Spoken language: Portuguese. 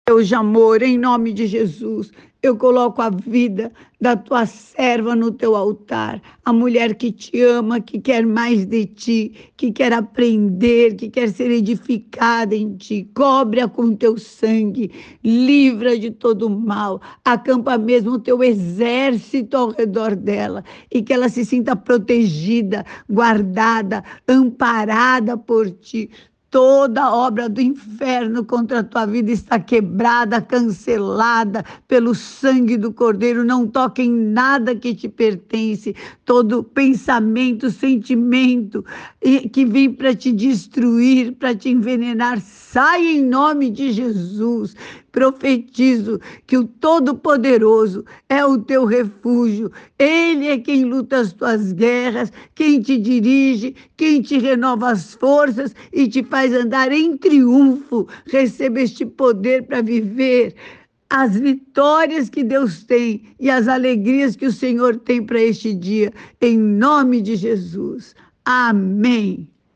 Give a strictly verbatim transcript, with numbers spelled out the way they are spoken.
Deus de amor, em nome de Jesus, eu coloco a vida da tua serva no teu altar, a mulher que te ama, que quer mais de ti, que quer aprender, que quer ser edificada em ti. Cobre-a com teu sangue, livra de todo mal, acampa mesmo o teu exército ao redor dela e que ela se sinta protegida, guardada, amparada por ti. Toda obra do inferno contra a tua vida está quebrada, cancelada pelo sangue do Cordeiro. Não toque em nada que te pertence. Todo pensamento, sentimento que vem para te destruir, para te envenenar, sai em nome de Jesus. Profetizo que o Todo-Poderoso é o teu refúgio. Ele é quem luta as tuas guerras, quem te dirige, quem te renova as forças e te faz andar em triunfo. Receba este poder para viver as vitórias que Deus tem e as alegrias que o Senhor tem para este dia, em nome de Jesus. Amém.